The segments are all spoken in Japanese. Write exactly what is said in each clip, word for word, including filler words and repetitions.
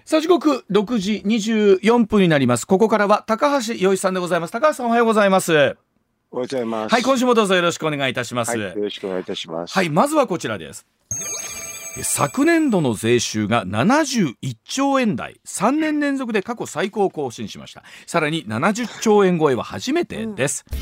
さあ時刻ろくじにじゅうよんぷんになります。ここからは高橋洋一さんでございます。高橋さん、おはようございます。 おはようございます。 はい、今週もどうぞよろしくお願いいたします。 はい、よろしくお願いいたします。 はい、まずはこちらです。昨年度の税収がななじゅういっちょうえん台、さんねん連続で過去最高を更新しました。さらにななじゅっちょうえん超えは初めてです、うん、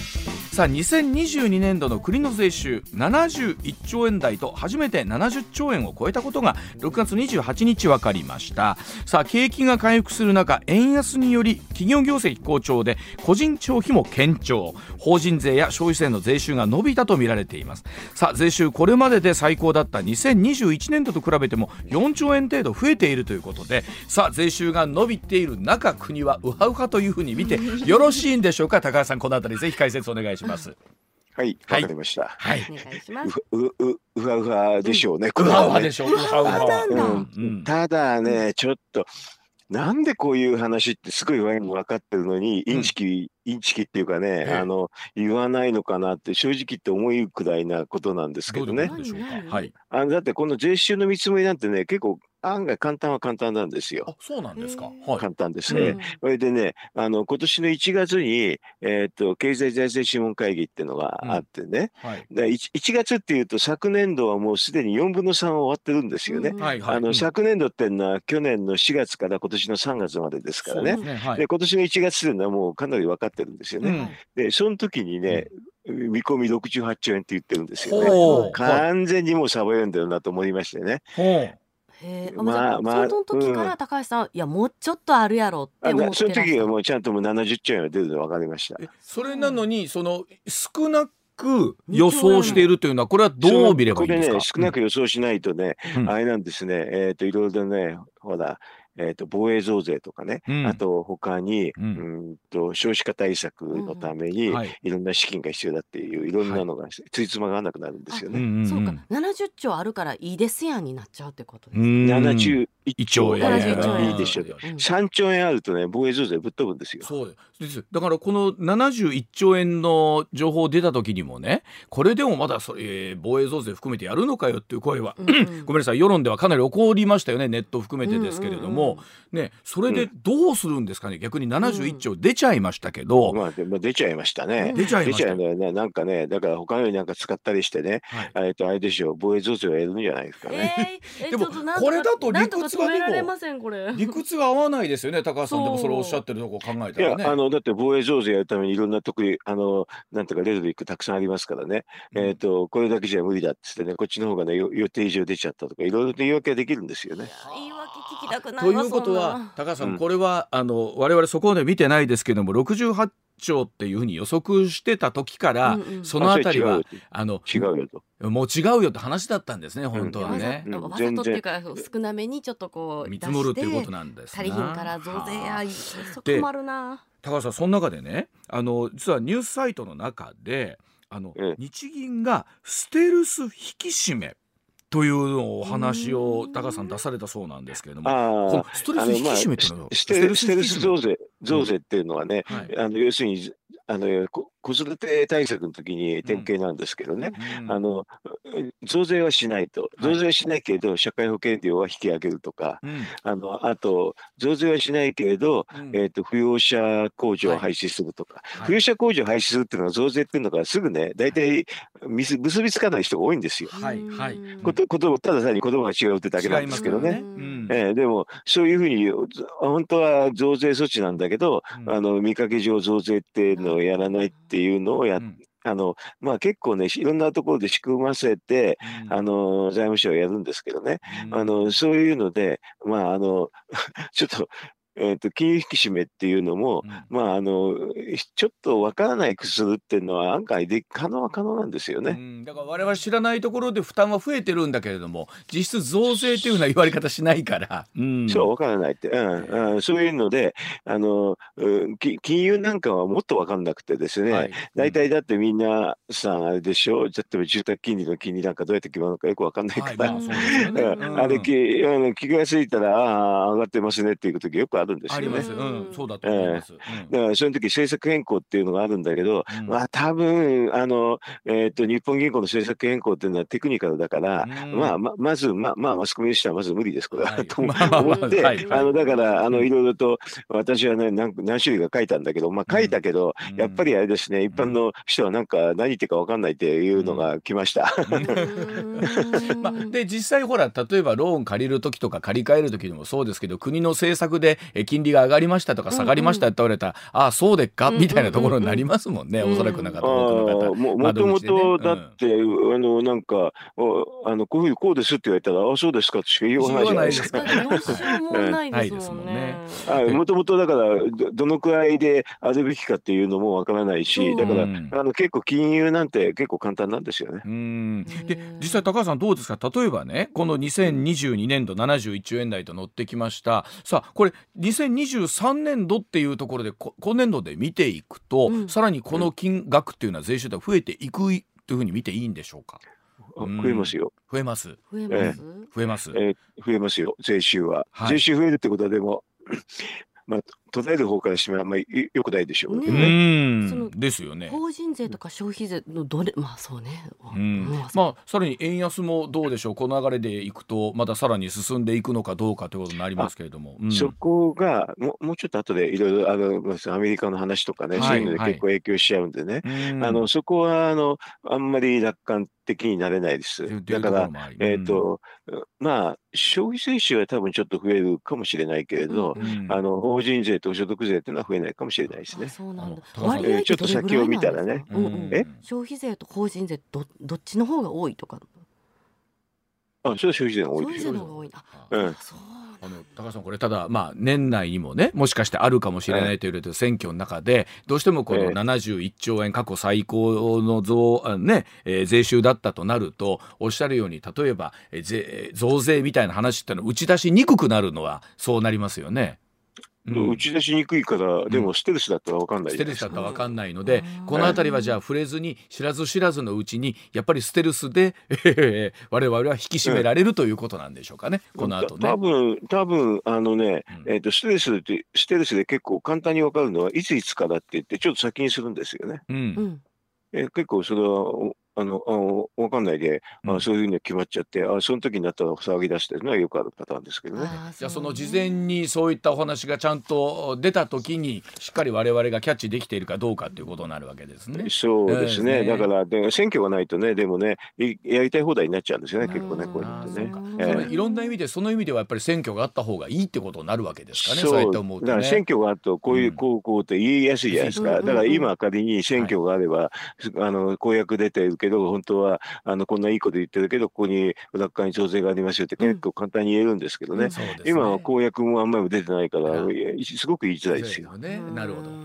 さあにせんにじゅうにねんどの国の税収ななじゅういっちょうえん台と初めてななじゅっちょうえんを超えたことがろくがつにじゅうはちにち分かりました。さあ景気が回復する中、円安により企業業績好調で個人消費も堅調、法人税や消費税の税収が伸びたと見られています。さあ税収これまでで最高だったにせんにじゅういちねんどと比べてもよんちょうえん程度増えているということで、さあ税収が伸びている中、国はウハウハというふうに見てよろしいんでしょうか。高橋さん、このあたりぜひ解説お願いします。 はい、わかりました。 はい、 お願いします。 ううううはうはでしょうね。 うはうはでしょう。うはうは。 うん、ただね、ちょっとなんでこういう話ってすごい分かってるのに、インチキ、インチキっていうかね、あの言わないのかなって正直言って思うくらいなことなんですけどね。 どうでしょうか。はい。 あのだってこの税収の見積もりなんてね、結構案外簡単は簡単なんですよ。 あ、そうなんですか。 はい、簡単ですね。それでね、あの今年のいちがつに、えー、と経済財政諮問会議っていうのがあってね、うん、はい、で 1, いちがつっていうと昨年度はもうすでによんぶんのさん終わってるんですよね。あの昨年度っていうのは去年のしがつから今年のさんがつまでですからね。で、はい、今年のいちがつっていうのはもうかなり分かってるんですよね。うん、でその時にね、うん、見込みろくじゅうはちちょうえんって言ってるんですよね。完全にもうサバ読んでるなと思いましてね。 へー、まあまあ、その時から高橋さん、うん、いやもうちょっとあるやろって思ってらっしゃる。 その時はもうちゃんともうななじゅっちょうえんは出るの分かりました。 それなのにその少なく予想しているというのはこれはどう見ればいいんですか。 これね、少なく予想しないとね、うん、あれなんですね、えっといろいろね、ほらえー、と防衛増税とかね、うん、あと他に、うん、うんと少子化対策のために、うん、はい、いろんな資金が必要だっていういろんなのがついつまが合わなくなるんですよね。 はい、そうか、ななじゅっちょうあるからいいですやんになっちゃうってことですか。 ななじゅういっちょうえんいいいでしょう。さんちょうえんあるとね、防衛増税ぶっ飛ぶんですよ。 そうです。だからこのななじゅういっちょうえんの情報出た時にもね、これでもまだそれ、えー、防衛増税含めてやるのかよっていう声は、うんうん、ごめんなさい、世論ではかなり起こりましたよね、ネット含めてですけれども、うんうんうん、ね、それでどうするんですかね、うん、逆にななじゅういっちょう出ちゃいましたけど、 うん、まあ、でも出ちゃいましたね。 出ちゃいました。 出ちゃうんだよね。なんかね、だから他のようになんか使ったりしてね、はい、えっとあれでしょう、防衛増税をやるんじゃないですかね。 えー、 でもこれだと理屈がでも理屈が合わないですよね。高橋さんでもそれをおっしゃってるとこ考えたらね。 いや、あのだって防衛増税やるためにいろんな得意あのなんていうかレトリックたくさんありますからね。うん、えっとこれだけじゃ無理だっつってね、こっちの方がね予定以上出ちゃったとかいろいろと言い訳ができるんですよね。 言い訳聞きたくないわ。 ということは高橋さん、うん、これはあの我々そこまで見てないですけどもろくじゅうはちちょうっていうふうに予測してた時から、うんうん、そのあたりはあの違うよと。 もう違うよって話だったんですね、本当はね。 うん、わざとっていうか少なめにちょっとこう見積もるっていうことなんです足りひんから増税や困るな。 高橋さん、その中でね、あの実はニュースサイトの中であの、うん、日銀がステルス引き締めというのをお話を高橋さん出されたそうなんですけれども、このステルス引き締めっていうのは、 ステルス増税増税っていうのはね、うん、はい、あの要するにあの子育て対策の時に典型なんですけどね、うん、あの増税はしないと、増税はしないけれど、はい、社会保険料は引き上げるとか、うん、あのあと増税はしないけれど、うん、えー、と扶養者控除を廃止するとか、はい、扶養者控除を廃止するっていうのは増税っていうのがすぐね大体結びつかない人が多いんですよ。 はいはい、 ことことただ単に言葉が違うってだけなんですけどね。ね、うん、えー、でもそういうふうに本当は増税措置なんだけど、うん、あの見かけ上増税っていうのをやらないっていうのをやっ、うん、あのまあ、結構ねいろんなところで仕組ませて、うん、あの財務省はやるんですけどね、うん、あのそういうのでまああのちょっと。えー、と金融引き締めっていうのも、うん、まああのちょっとわからないくするっていうのは案外で可能は可能なんですよね。 うん、だから我々知らないところで負担は増えてるんだけれども、実質増税というような言われ方しないから、 うん、そうわからないって、うんうん、そういうのであの、うん、金融なんかはもっとわかんなくてですね、はい、大体だってみんなさんあれでしょ、例えば住宅金利の金利なんかどうやって決まるのかよくわかんないから、はい、まあそうですよね、うん、あれ気がついたらああ上がってますねっていう時よくあるんですよね。 あります、うん、そうだと思います、 えー、だからその時政策変更っていうのがあるんだけど、うん、まあ多分あの、えー、と日本銀行の政策変更っていうのはテクニカルだから、うん、まあ ま, まず、ままあ、マスコミにしてはまず無理ですこれは、はい、と思って、はいはい、あのだからあのいろいろと私はね 何, 何種類か書いたんだけど、まあ書いたけど、うん、やっぱりあれですね、一般の人はなんか何言ってるか分かんないっていうのが来ました、 まあ、で実際ほら例えばローン借りる時とか借り換える時でもそうですけど、国の政策で金利が上がりましたとか下がりましたって言われたら、うんうん、ああそうでっかみたいなところになりますもんね、うんうんうん、おそらくなんか多くの方、 も, もともとだって、うん、あのなんかあのこういうふうにこうですって言われたらあそうですかってしか言いようがないじゃないですか。 ないですもんね。 もともとだから ど, どのくらいであるべきかっていうのもわからないし、だから、うん、あの結構金融なんて結構簡単なんですよね。 うん、で実際高橋さんどうですか、例えばねこのにせんにじゅうにねんどななじゅういっちょうえん台と乗ってきました。さあこれにせんにじゅうさんねんどっていうところで今年度で見ていくと、うん、さらにこの金額っていうのは税収で増えていくというふうに見ていいんでしょうか。 うん、増えますよ。 増えます。 増えます。えー、増えます。 えー、増えますよ税収は、はい、税収増えるってことはでもまあ、途絶える方からしてもあんまり良くないでしょうね。 うんそのですよね。 法人税とか消費税のどれ、まあそうね、 うん、まあさらに円安もどうでしょう、この流れでいくとまたさらに進んでいくのかどうかということになりますけれども、うん、 そこがもう、もうちょっと後でいろいろあのアメリカの話とかね、はい、そういうので結構影響しちゃうんでね、はい、あのそこはあのあんまり楽観的になれないです。だから、えーとうん、まあ消費税収は多分ちょっと増えるかもしれないけれど、うん、あの法人税と所得税っていうのは増えないかもしれないですね。 そうなんだ。 割合ちょっと先を見たらね、 うんうん、え消費税と法人税 ど, どっちの方が多いとか。 あ、それは消費税が多いですよ。 消費税の方が多いな。 うん、 そうあの高橋さんこれただまあ年内にもねもしかしてあるかもしれないという選挙の中でどうしてもこのななじゅういっちょうえん過去最高の増、ねえー、税収だったとなるとおっしゃるように例えば、えー、税増税みたいな話っての打ち出しにくくなるのはそうなりますよね。 うん、打ち出しにくいから、でもステルスだったら分かんないじゃないですか。 ステルスだったら分かんないので、うん、このあたりはじゃあ触れずに知らず知らずのうちにやっぱりステルスで、えー、我々は引き締められるということなんでしょうかね、うん、この後ね。 多分多分あのね、うん、えーと、ステルスってステルスで結構簡単に分かるのはいついつからって言ってちょっと先にするんですよね。うんえー、結構それはあのあ分かんないで、うん、あそういうふうに決まっちゃってあその時になったら騒ぎ出してるのはよくあるパターンですけどね。 じゃあその事前にそういったお話がちゃんと出た時にしっかり我々がキャッチできているかどうかということになるわけですね。 そうですね、えー、だからで選挙がないとねでもねやりたい放題になっちゃうんですよね結構ねこういうのってね。 えー、そのいろんな意味でその意味ではやっぱり選挙があった方がいいってことになるわけですかね。 そうそうやって思うとね。 だから選挙があるとこういう、うん、こうこうって言いやすいじゃないですか。だから今仮に選挙があれば、はい、あの公約出てるけど本当はあのこんないいこと言ってるけどここに裏側に増税がありますよって結構簡単に言えるんですけどね、うんうんね、今は公約もあんまり出てないから、うん、すごく言いづらいですよ。 ね、なるほど、はい、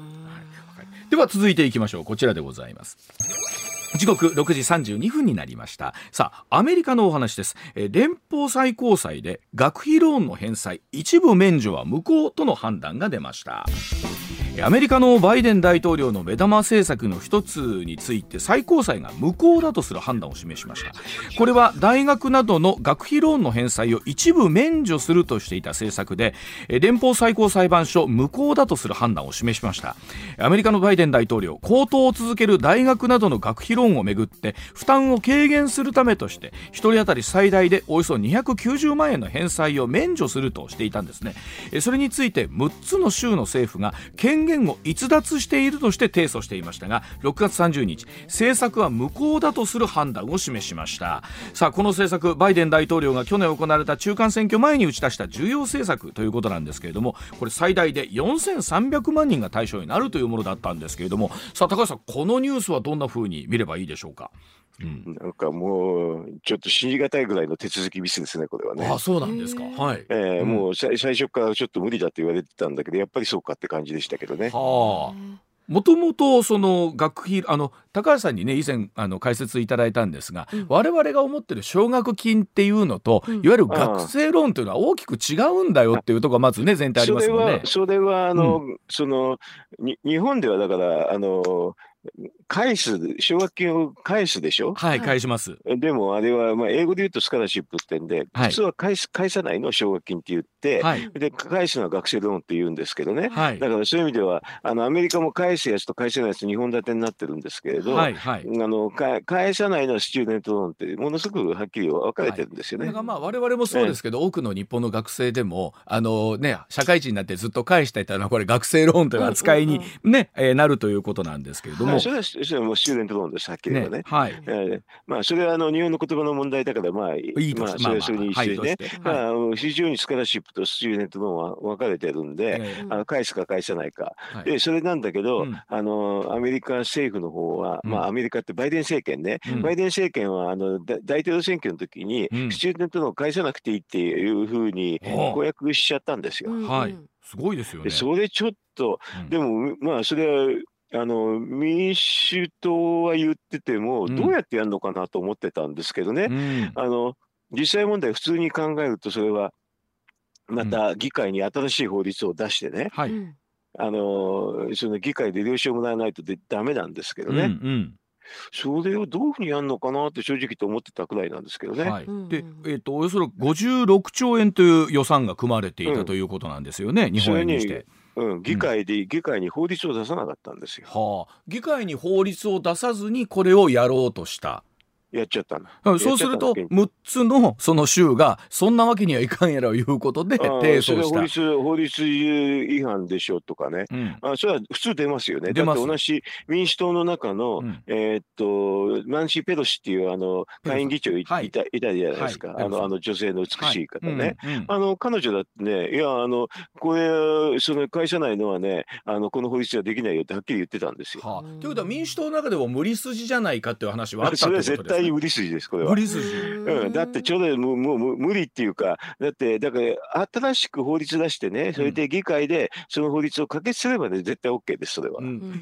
では続いていきましょう。こちらでございます。時刻ろくじさんじゅうにふんになりました。さあアメリカのお話です。え連邦最高裁で学費ローンの返済一部免除は無効との判断が出ました。アメリカのバイデン大統領の目玉政策の一つについて最高裁が無効だとする判断を示しました。これは大学などの学費ローンの返済を一部免除するとしていた政策で連邦最高裁判所無効だとする判断を示しました。アメリカのバイデン大統領高騰を続ける大学などの学費ローンをめぐって負担を軽減するためとしてひとり当たり最大でおよそにひゃくきゅうじゅうまんえんの返済を免除するとしていたんですね。それについてむっつの州の政府が権限を逸脱しているとして提訴していましたがろくがつさんじゅうにち政策は無効だとする判断を示しました。さあこの政策バイデン大統領が去年行われた中間選挙前に打ち出した重要政策ということなんですけれどもこれ最大でよんせんさんびゃくまんにんが対象になるというものだったんですけれどもさあ高橋さんこのニュースはどんな風に見ればいいでしょうか。 うん、なんかもうちょっと信じがたいぐらいの手続きミスですねこれはね。 あ、そうなんですか。はい、 えーうん、もう最初からちょっと無理だと言われてたんだけどやっぱりそうかって感じでしたけどね。 はあ、もともとその学費あの高橋さんにね以前あの解説いただいたんですが、うん、我々が思ってる奨学金っていうのと、うん、いわゆる学生ローンというのは大きく違うんだよっていうところがまずね前提ありますもんね。 それは、それはあの、うん、そのに日本ではだからあの返す、奨学金を返すでしょ。 はい、返します。 でもあれは、まあ、英語で言うとスカラシップってんで、 はい、 普通は返す、返さないの奨学金って言って、はい、で返すのは学生ローンって言うんですけどね、はい、だからそういう意味ではあのアメリカも返すやつと返せないやつにほん立てになってるんですけれど、はいはい、あの返さないのはスチューデントローンってものすごくはっきり分かれてるんですよね。 はい、だからまあ我々もそうですけど、多くの日本の学生でもあの、ね、社会人になってずっと返していたのはこれ学生ローンという扱いに、ね、えー、なるということなんですけれども、はい、 それはそれはもうスチューデントローンです、はっきり言えばね。 ね、はい、 えーまあ、それはあの日本の言葉の問題だからまあいいと、まあ、それはそれに一緒にね、まあ、非常にスカラシップとスチューデントローンは分かれてるんで、えー、あの返すか返さないか、はい、でそれなんだけど、うん、あのアメリカ政府の方は、うん、まあアメリカってバイデン政権ね、うん、バイデン政権はあの大統領選挙の時に、うん、スチューデントローンを返さなくていいっていうふうに公約しちゃったんですよ。 はい、すごいですよね。 でそれちょっと、うん、でもまあそれはあの民主党は言っててもどうやってやるのかなと思ってたんですけどね、うん、あの実際問題普通に考えるとそれはまた議会に新しい法律を出してね、うん、あのその議会で了承をもらわないとでダメなんですけどね、うんうん、それをどういうふうにやるのかなって正直と思ってたくらいなんですけどね。 はい、で、えーと、およそごじゅうろくちょうえんという予算が組まれていたということなんですよね、うん、日本円にして。 うん、議会で、うん、議会に法律を出さなかったんですよ。 はあ、議会に法律を出さずにこれをやろうとした。 やっちゃったの。 そうするとむっつのその州がそんなわけにはいかんやろいうことで提訴した。 法律、法律違反でしょとかね、うん、あそれは普通出ますよね。だって同じ民主党の中の、うん、えー、っとナンシー・ペロシっていうあの下院議長いた、はい、いたじゃないですか、はい、あのあの女性の美しい方ね、はいうんうん、あの彼女だってね、いやあのこれその会社内のはねあのこの法律はできないよってはっきり言ってたんですよ。 はあ、ということは民主党の中でも無理筋じゃないかっていう話はあったってことですか。 それは絶対無理筋です、これは。 無理筋、 うん、だってちょうどもうもう無理っていうか、だってだから新しく法律出してね、それで議会でその法律を可決すればね絶対 OK です、それは、うん、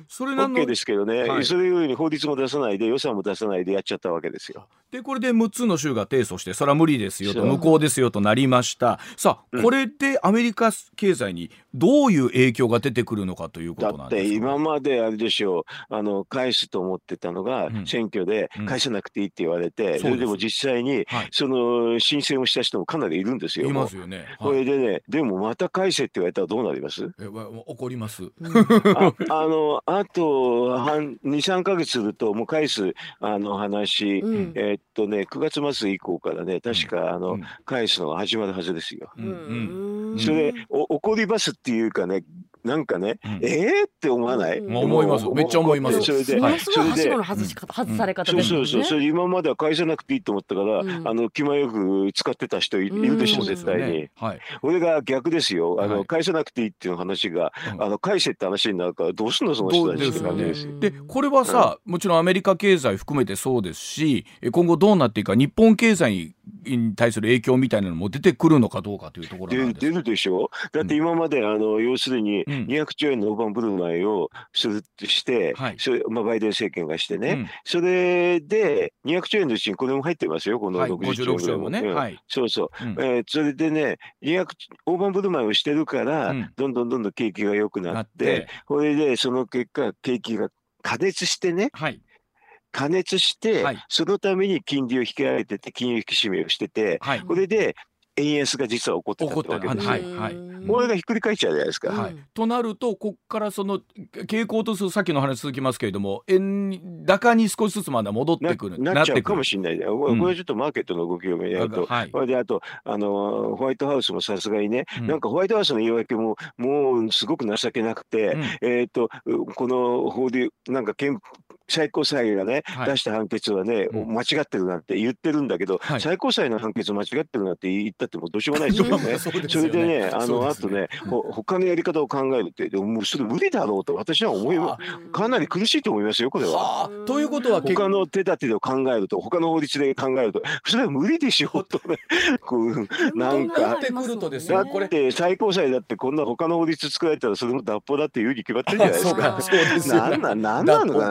それなの OK ですけどね、はい、それよりに法律も出さないで予算も出さないでやっちゃったわけですよ。 でこれでむっつの州が提訴して、それは無理ですよと無効ですよとなりました。さあこれでアメリカ経済にどういう影響が出てくるのかということなんですか。 だって今まであれでしょう、あの返すと思ってたのが、うん、選挙で返さなくていいって言われて、うん、それでも実際に、はい、その申請をした人もかなりいるんですよ。 いますよね。はい、 これでね、でもまた返せって言われたらどうなります？ え怒ります。 あ, あのあとに、さんかげつするともう返すあの話、うん、えー、っとねくがつ末以降からね確かあの、うん、返すのが始まるはずですよ。うんうん、それお怒りますっていうかね、なんかね、うん、えーって思わない？ うん、思います。めっちゃ思います。 それで、はい、それで、はしごの外し方、外され方ですね。 そうそうそう。それ今までは返さなくていいと思ったから、うん、あの気前よく使ってた人いるでしょ、うん、絶対に。ね、はい。俺が逆ですよ。あの、はい、返さなくていいっていう話が、うん、あの返せって話になるからどうすんのその人たちって感じです。 で、これはさ、うん、もちろんアメリカ経済含めてそうですし、今後どうなっていくか、日本経済に対する影響みたいなのも出てくるのかどうかというところなんです。 出るでしょ。だって今まであの要するににひゃくちょうえんの大盤振る舞いをするとして、はい、それまあ、バイデン政権がしてね、うん、それでにひゃくちょうえんのうちにこれも入ってますよ、このろくじゅっちょうえんぐらいもね、はい、そうそう、うん、えー、それでねにひゃく大盤振る舞いをしてるから、うん、どんどんどんどん景気が良くなって、これでその結果景気が過熱してね、はい、加熱して、はい、そのために金利を引き上げてて金融引き締めをしてて、はい、これで円安が実は起こってたってわけですよ。はいはい、これがひっくり返っちゃうじゃないですか。はい、 となるとこっからその傾向とするさっきの話続きますけれども、円高に少しずつまだ戻ってくるな, なっちゃうかもしれない。これはちょっとマーケットの動きを見ないと、うん、はい、これであとあのホワイトハウスもさすがにね、うん、なんかホワイトハウスの言い訳ももうすごく情けなくて、うん、えっ、ー、とこの法でなんか憲最高裁がね、はい、出した判決はね、うん、間違ってるなんて言ってるんだけど、はい、最高裁の判決間違ってるなんて言ったってもうどうしようもないですよね。そ, よねそれでね、あの、ね、あとね、うん、他のやり方を考えるって、でももうそれ無理だろうと私は思います。かなり苦しいと思いますよ、これは。はあ、ということは他の手立てを考えると、他の法律で考えると、それは無理でしょうとね。こうなんか、だって最高裁だってこんな他の法律作られたらそれも脱法だっていうに決まってるじゃないですか。なんなんなんなのかなこれはも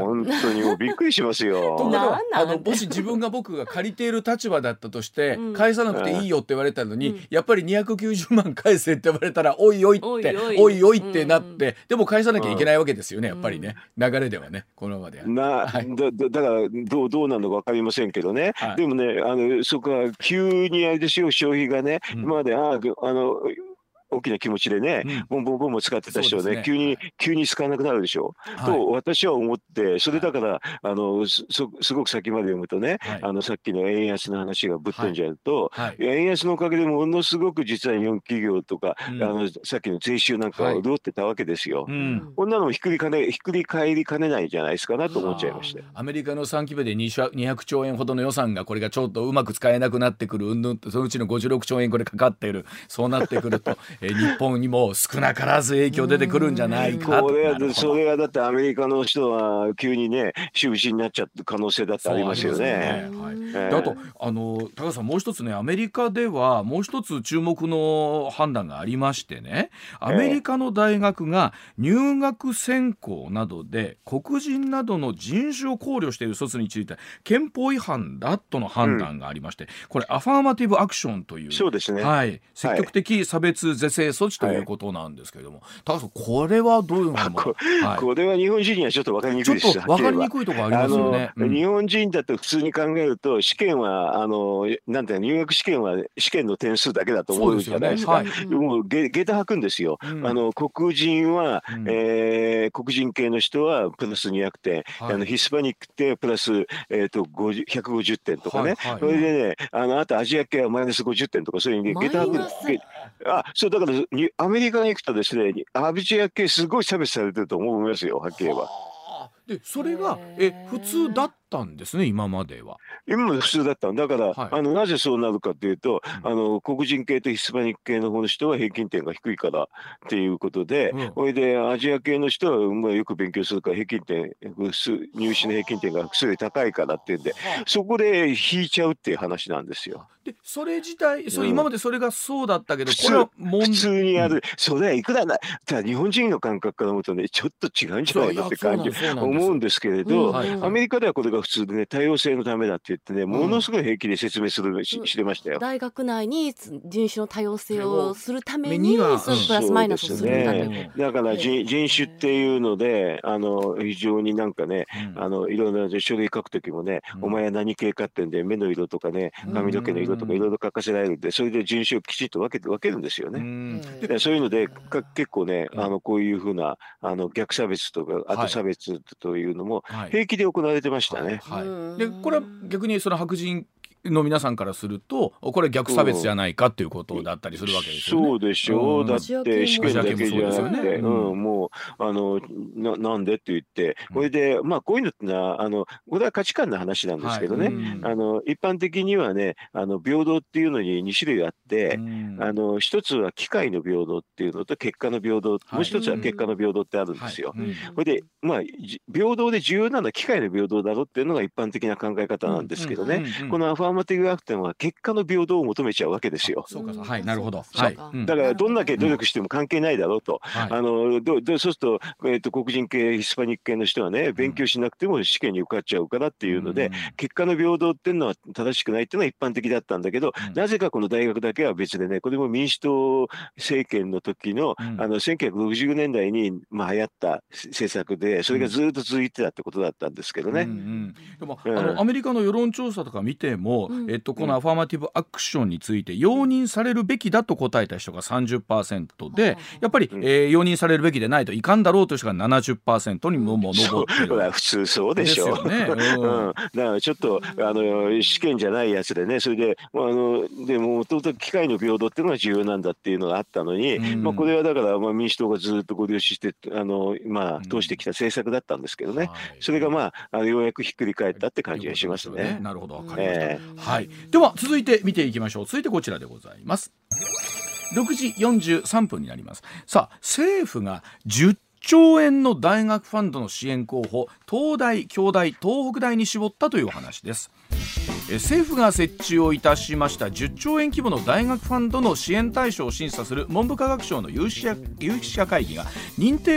本当にもうびっくりしますよ。 ところがあのもし自分が僕が借りている立場だったとして、うん、返さなくていいよって言われたのに、うん、やっぱりにひゃくきゅうじゅうまん返せって言われたらおいおいっておいおい、おいおいってなって、うん、でも返さなきゃいけないわけですよね、うん、やっぱりね、流れではね、このままではな、 はい、だ, だからどうどうなのか分かりませんけどね、はい、でもね、あのそこは急にあれですよ、消費がね、うん、今までああの大きな気持ちでね、うん、ボンボンボンボン使ってた人はね、ね、急に、はい、急に使わなくなるでしょ、はい、と私は思って、それだから、はい、あの す, すごく先まで読むとね、はい、あのさっきの円安の話がぶっ飛んじゃうと、はいはい、円安のおかげでものすごく実は日本企業とか、うん、あのさっきの税収なんかは潤ってたわけですよ、はい、うん、こんなのもひっくりかねひっくり返りかねないじゃないですかなと思っちゃいました。 アメリカのさんきべでにひゃくちょうえんほどの予算がこれがちょっとうまく使えなくなってくる、うんぬんとそのうちのごじゅうろくちょうえんこれかかっている、そうなってくると、えー、日本にも少なからず影響出てくるんじゃないかと。 これはそれがだってアメリカの人は急にね終止になっちゃった可能性だってありますよね。 あとあの高橋さん、もう一つね、アメリカではもう一つ注目の判断がありましてね、アメリカの大学が入学選考などで黒人などの人種を考慮している措置について憲法違反だとの判断がありまして、うん、これアファーマティブアクションという、 そうですね、 はい、積極的差別是正措置ということなんですけれども、はい、高橋さん、これはどういうのも、 こ, はい、これは日本人にはちょっと分かりにくいです。 ちょっと分かりにくいところありますよね。 あの、うん、日本人だと普通に考えると試験はあのなんていうの、入学試験は試験の点数だけだと思うじゃないですか。そうですよね、はい、もう下駄履くんですよ、うん、あの黒人は、うん、えー、黒人系の人はプラスにひゃくてん、はい、あのヒスパニックってプラス、えー、とひゃくごじゅってんとかね、はいはい、それでね、あのあとアジア系はマイナスごじゅってんとか、そういう下駄履く。あ、そうだからアメリカに行くとですね、アジア系すごい差別されてると思いますよ、はっきり言えば。 でそれがえ普通だったんですね、今までは。 今まで普通だったんだから、はい、あのなぜそうなるかというと、うん、あの黒人系とヒスパニック系の方の人は平均点が低いからっていうことで、それ、うん、でアジア系の人は、まあ、よく勉強するから平均点、入試の平均点がすごい高いからっていうんで、そこで引いちゃうっていう話なんですよ。 でそれ自体、それ、うん、今までそれがそうだったけど、 これは普通にやる、うん、それはいくらだ、ただ日本人の感覚から思うとね、ちょっと違うんじゃないかって感じ思うんですけれど、うん、はい、アメリカではこれが普通でね、多様性のためだって言ってね、ものすごい平気で説明する、うん、し, してましたよ。 大学内に人種の多様性をするために、うん、そのプラスマイナスをするんだという、ね、 だから人, 人種っていうので、あの非常になんかね、うん、あのいろんな書類書くときもね、うん、お前は何系かってんで目の色とかね、髪の毛の色とかいろいろ書かせられるんで、それで人種をきちっと分けて分けるんですよね。うん、でそういうのでか結構ね、あのこういうふうなあの逆差別とか後差別というのも平気で行われてましたね。 はいはい、でこれは逆にその白人の皆さんからするとこれ逆差別じゃないかっていうことだったりするわけですよね。 そうでしょう、うん、だって試験だけじゃなくて、うん、もうあの な, なんでって言ってこれで、まあこういうのってのはあのこれは価値観の話なんですけどね、はい、うん、あの一般的にはね、あの平等っていうのにに種類あって、うん、あの一つは機会の平等っていうのと結果の平等、はい、もう一つは結果の平等ってあるんですよ。はい、うん、これでまあ平等で重要なのは機会の平等だろっていうのが一般的な考え方なんですけどね、うんうんうんうん、このアファーマティブアクションは結果の平等を求めちゃうわけですよ。 そうか、はい、なるほど。 はい、だからどんだけ努力しても関係ないだろうと、はい、あのどどそうすると、えー、と黒人系ヒスパニック系の人はね、勉強しなくても試験に受かっちゃうからっていうので、うん、結果の平等っていうのは正しくないっていうのは一般的だったんだけど、うん、なぜかこの大学だけは別でね、これも民主党政権の時の、うん、あのせんきゅうひゃくろくじゅうねんだいに、まあ、流行った政策でそれがずっと続いてたってことだったんですけどね。うんうん、 でも、うん、あのアメリカの世論調査とか見ても、うん、えっと、このアファーマティブアクションについて容認されるべきだと答えた人が さんじゅっパーセント で、やっぱり、うん、えー、容認されるべきでないといかんだろうという人が ななじゅっパーセント にもも上っている。 普通そうでしょう、ね、うんうん、だからちょっとあの試験じゃないやつでね、それであのでももともと機会の平等っていうのが重要なんだっていうのがあったのに、うん、まあ、これはだから、まあ、民主党がずっとご了承してあの、まあ、通してきた政策だったんですけどね、うん、はい、それが、まあ、あのようやくひっくり返ったって感じがしますね。 なるほど、わかりました、えーはい、では続いて見ていきましょう。続いてこちらでございます。ろくじよんじゅうさんぷんになります。さあ、政府がじゅっちょうえんの大学ファンドの支援候補、東大、京大、東北大に絞ったというお話です。え政府が設置をいたしましたじゅっちょうえん規模の大学ファンドの支援対象を審査する文部科学省の有識者、有識者会議が認定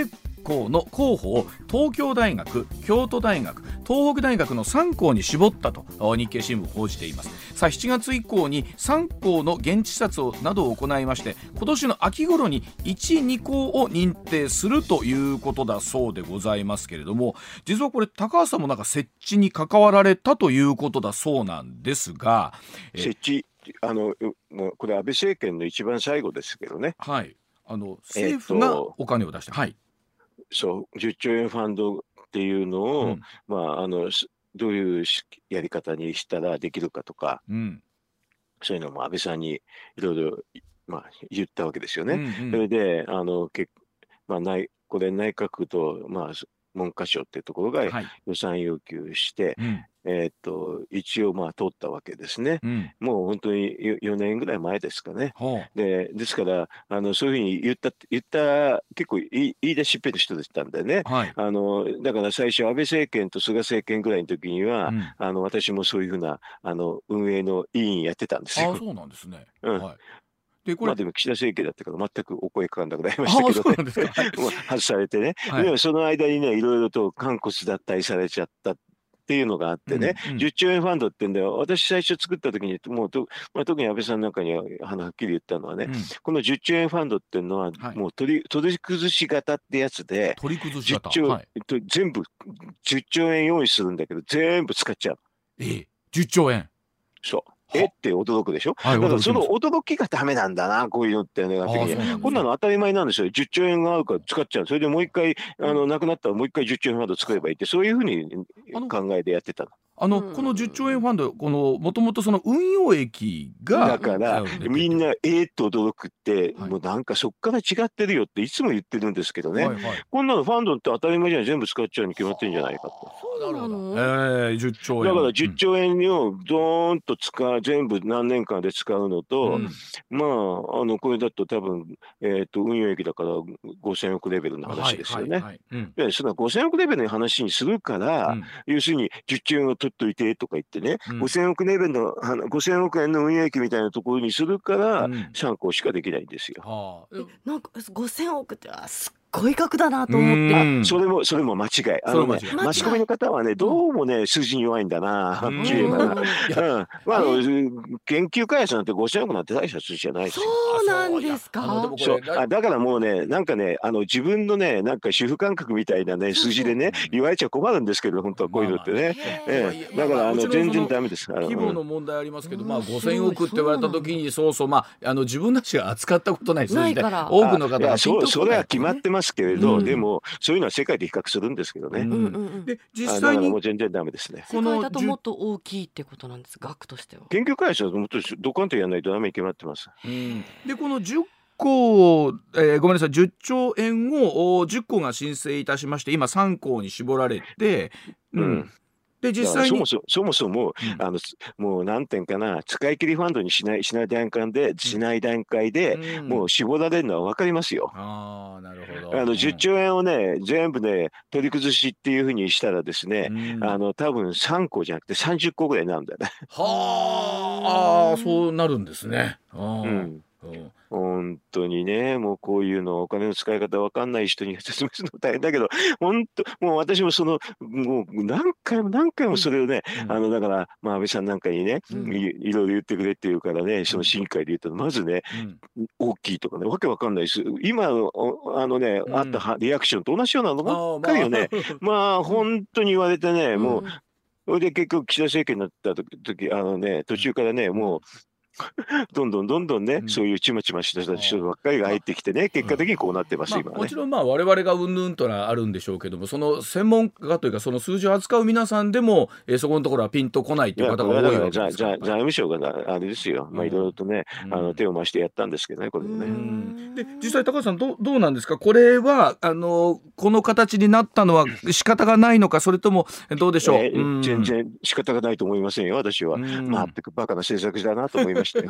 校の候補を東京大学、京都大学、東北大学のさん校に絞ったと日経新聞報じています。さあしちがつ以降にさん校の現地視察をなどを行いまして、今年の秋頃にいち、に校を認定するということだそうでございますけれども、実はこれ高橋さんもなんか設置に関わられたということだそうなんですが、 設置あのもうこれ安倍政権の一番最後ですけどね、 はい、あの政府がお金を出して、はい、 そうじゅっちょうえんファンドっていうのを、うん、まあ、あのどういうやり方にしたらできるかとか、うん、そういうのも安倍さんにいろいろ、まあ、言ったわけですよね。うんうん、それであのけ、まあ、内これ内閣と、まあ、文科省っていうところが予算要求して、はい、うん、えー、っと一応まあ通ったわけですね。うん、もう本当によねんぐらい前ですかね。でですからあのそういうふうに言った言った結構言い出しっぺの人でしたんでね、はい、あのだから最初安倍政権と菅政権ぐらいの時には、うん、あの私もそういうふうなあの運営の委員やってたんですよ。 あ、そうなんですね。 うん、はい。でこれまあでも岸田政権だったから全くお声かかんなくなりましたけどね。外されてね、はい、でもその間にねいろいろと肝骨脱退されちゃったっていうのがあってね、うんうん、じゅっちょうえんファンドってんだよ。私最初作った時にもうと、まあ、特に安倍さんなんかにははっきり言ったのはね、うん、このじゅっちょうえんファンドっていうのはもう取り、取り崩し型ってやつで、 取り崩し型、 はい、全部じゅっちょうえん用意するんだけど全部使っちゃう。 ええ、じゅっちょうえん。 そうえって驚くでしょ、はい、だからその驚きがダメなんだなこういうのってね、こんなの当たり前なんですよ。じゅっちょうえんがあるから使っちゃう。それでもう一回あのなくなったらもう一回じゅっちょうえんファンド作ればいいって、そういうふうに考えてやってたの。 あのこのじゅっちょうえんファンド、このもともとその運用益がだからみんなえーっと驚くって、はい、もうなんかそっから違ってるよっていつも言ってるんですけどね、はいはい、こんなのファンドって当たり前じゃない、全部使っちゃうに決まってるんじゃないかと。 そうなの、 えー、じゅっちょうえんだからじゅっちょうえんをドーンと使う、全部何年間で使うのと、うん、まああのこれだと多分、えー、と運用益だからごせんおくレベルの話ですよね。でそのごせんおくレベルの話にするから、うん、要するにじゅっちょうえんを取っといてとか言ってね、うん、ごせんおくレベルのごせんおくえんの運用益みたいなところにするから、うん、さんこうしかできないんですよ。はあ、なんかごせんおくってすっごい額だなと思って。 それもそれも間違い。あのね、マスコミの方はねどうもね数字に弱いんだな。綺麗だな。うん。まあ研究開発なんてごせんおくなんて大した数字じゃないですよ。 そうなんですか。 そうあだからもうねなんかねあの自分のねなんか主婦感覚みたいなね数字でね言われちゃ困るんですけど、本当はこういうのってね。ええだからあの全然ダメです。 規模の問題ありますけど、まあごせんおくって言われた時にそうそうまああの自分たちが扱ったことない数字で多くの方がそうそれは決まってますけれど、でもそういうのは世界で比較するんですけどね。うんうん、 で実際にもう全然ダメですね。 世界だともっと大きいってことなんです、額としては。 研究開発はもっとドカンとやらないとダメに決まってます。 うん、でこのじゅっこ、えー、ごめんなさいじゅっちょうえんをじゅっこが申請いたしまして今さんこうに絞られて、うん、うんで実際にそもそもそもそも、うん、あのもう何点かな使い切りファンドにしないしない段階でしない段階で、うん、もう絞られるのは分かりますよ。 ああなるほど。 あのじゅっちょうえんをね全部ね取り崩しっていうふうにしたらですね、うん、あの多分さんこじゃなくてさんじゅっこぐらいになるんだよね。 はあそうなるんですね。あうん本当にねもうこういうのお金の使い方わかんない人に説明するの大変だけど、本当もう私もそのもう何回も何回もそれをね、うん、あのだからまあ安倍さんなんかにね、うん、い, いろいろ言ってくれって言うからね、その審議会で言ったらまずね、うん、大きいとかねわけわかんないです。今のあのね、うん、あったリアクションと同じようなのばっかりよね。あまあ本当に言われてね、もうそれで結局岸田政権になった時あのね途中からねもうどんどんどんどんね、うん、そういうちまちました人ばっかりが入ってきてね、結果的にこうなってます、 まあ、 今ね。 もちろんまあ我々がうんぬんとはあるんでしょうけども、その専門家というかその数字を扱う皆さんでも、えー、そこのところはピンとこないという方が多いわけですから。 財務省があれですよ、まあいろいろとね、うん、あの手を回してやったんですけどねこれね。 うんで実際高橋さん ど, どうなんですか、これはあのこの形になったのは仕方がないのか、それともどうでしょう。えー、 うん全然仕方がないと思いませんよ私は。まあバカな政策だなと思いましたよ。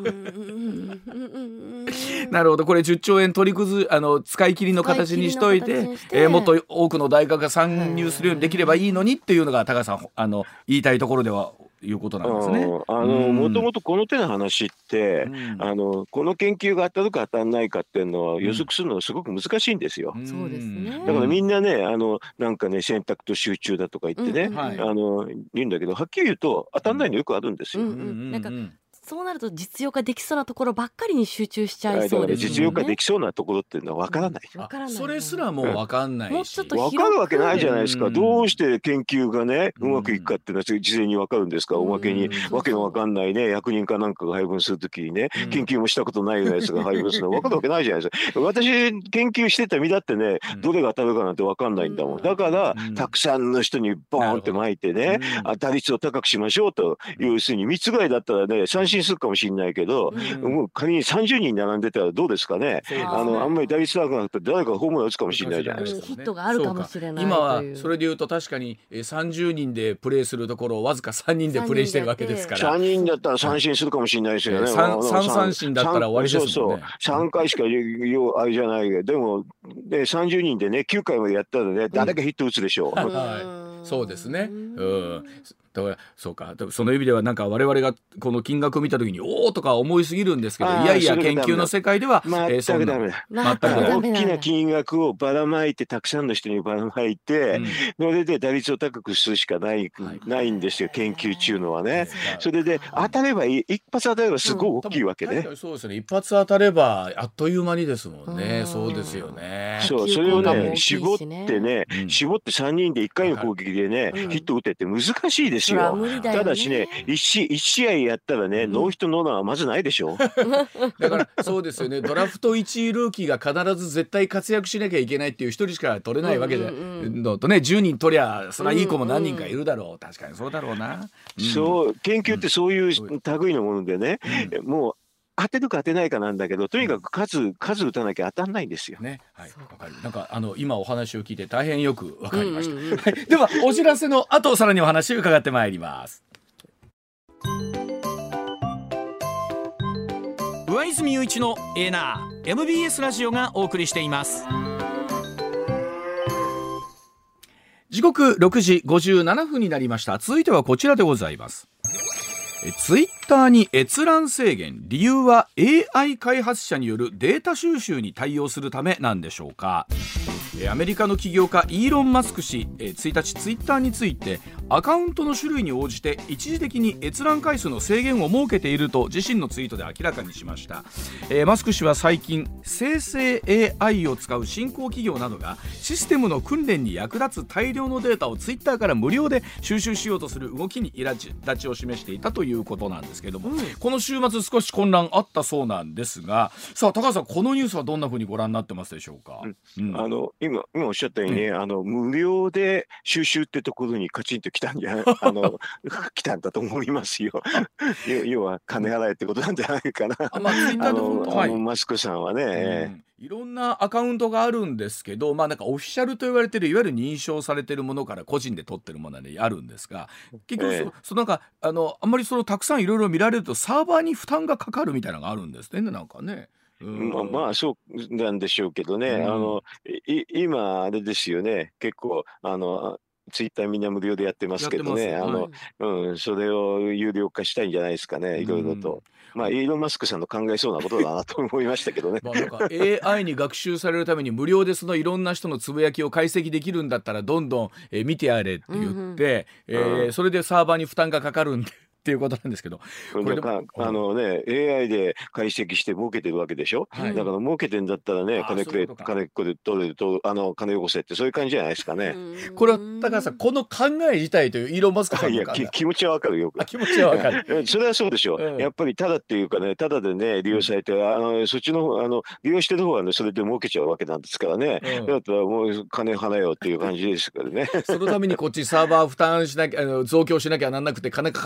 なるほど、これじゅっちょうえん取り崩あの使い切りの形にしといて、えー、もっと多くの大学が参入するようにできればいいのにっていうのが高橋さんあの言いたいところではいうことなんですね。 あのもともとこの手の話って、うん、あのこの研究が当たるか当たらないかっていうのは予測するのはすごく難しいんですよ。 そうですね。 だからみんなね、あのなんかね選択と集中だとか言ってね、うんうんうん、あの言うんだけど、はっきり言うと当たらないのよくあるんですよ。 うんうんうん、なんかそうなると実用化できそうなところばっかりに集中しちゃいそうですよね。 だから実用化できそうなところっていうのは分からない。 うん、からない。 それすらもう分かんないし、 もうちょっと分かるわけないじゃないですか。どうして研究がねうまくいくかっていうのは事前に分かるんですか。おまけにわけの分かんないね役人かなんかが配分するときにね、研究もしたことないようなやつが配分するの分かるわけないじゃないですか。私研究してた身だってね、どれが当たるかなんて分かんないんだもん。だからたくさんの人にボーンって巻いてね、打率を高くしましょうというするにみっつぐらいだったらね三振するかもしれないけど、うん、もう仮にさんじゅうにん並んでたらどうですかね。あのあんまり打率高くなくて誰かホームラン打つかもしれないじゃないですか。 ヒットがあるかもしれない。 今はそれでいうと確かにさんじゅうにんでプレーするところをわずかさんにんでプレーしてるわけですから、 さんにんだったら三振するかもしれないですよね。 さん, 三振だったら終わりですもんね。 そうそうさんかいしかあれじゃないけど、でもでさんじゅうにんでねきゅうかいまでやったらね誰かヒット打つでしょう、うんはい、そうですね。うんだからそうか、その意味ではなんか我々がこの金額を見た時におおとか思いすぎるんですけど、いやいや研究の世界では全くダメだ。全く大きな金額をばらまいてたくさんの人にばらまいて、うん、それで打率を高くするしかない、はい、ないんですよ研究中のはね。それで当たればいい、一発当たればすごい大きいわけね、うん、 そうですね。一発当たればあっという間にですもんね。そうですよね。 そうそれをね絞ってね、うん、絞ってさんにんでいっかいの攻撃でね、うん、ヒット打てって難しいですよ。ただしね 1, 試いち試合やったらね、うん、ノーヒットノーランはまずないでしょだからそうですよね。ドラフトいちいルーキーが必ず絶対活躍しなきゃいけないっていうひとりしか取れないわけで、のとねじゅうにん取りゃそれはいい子も何人かいるだろう、うんうん、確かにそうだろうな、 うん、そう研究ってそういう類のものでね、うん、もう当てるか当てないかなんだけど、とにかく数数打たなきゃ当たんないんですよね。はい、わかる。なんかあの今お話を聞いて大変よくわかりました、うんうんうんはい、ではお知らせの後さらにお話を伺ってまいります。上泉雄一のエーナー エムビーエス ラジオがお送りしています。時刻ろくじごじゅうななふんになりました。続いてはこちらでございます。ツイッターに閲覧制限、理由は エーアイ 開発者によるデータ収集に対応するためなんでしょうか。アメリカの起業家イーロン・マスク氏、いちにちツイッターについてアカウントの種類に応じて一時的に閲覧回数の制限を設けていると自身のツイートで明らかにしました。マスク氏は最近生成 エーアイ を使う新興企業などがシステムの訓練に役立つ大量のデータをツイッターから無料で収集しようとする動きに苛立ちを示していたということなんですけれども、うん、この週末少し混乱あったそうなんですが、さあ高橋さん、このニュースはどんな風にご覧になってますでしょうか。 うんうん、あの 今, 今おっしゃったように、ね、あの無料で収集ってところにカチンと来たんじゃないあの来たんだと思いますよ要は金払えってことなんじゃないかな。あ、まあ、ツイッターで本当、はい、あのマスクさんはね、 うん、いろんなアカウントがあるんですけど、まあ、なんかオフィシャルと言われているいわゆる認証されているものから個人で取ってるものであるんですが、結局 そ,、えー、そなんか あのあんまりそのたくさんいろいろ見られるとサーバーに負担がかかるみたいなのがあるんですね。なんかね、 うん、まあ、まあそうなんでしょうけどね、うん、あのい今あれですよね、結構あのツイッターみんな無料でやってますけどね、あの、はい、うん、それを有料化したいんじゃないですかね、いろいろと。まあ、イーロン・マスクさんの考えそうなことだなと思いましたけどね。 まあなんか エーアイ に学習されるために無料でそのいろんな人のつぶやきを解析できるんだったらどんどん、えー、見てやれって言って、うんうんえーうん、それでサーバーに負担がかかるんでっていうことなんですけど、 これでもあのね エーアイ で解析して儲けてるわけでしょ、はい、だから儲けてんだったらね、金くれ金くれ取れるとあの金よこせってそういう感じじゃないですかね。 これは高橋さん、この考え自体というイーロン・マスクさんの考え、 いや気持ちはわかるよ。 気持ちはわかるそれはそうでしょう、うん、やっぱりただっていうかね、ただでね利用されて、うん、あのそっちのあの利用してる方はねそれで儲けちゃうわけなんですからね、うん、だったらもう金払えよっていう感じですからねそのためにこっちサーバー負担しなきゃ、あの増強しなきゃなんなくて金かかってるんだ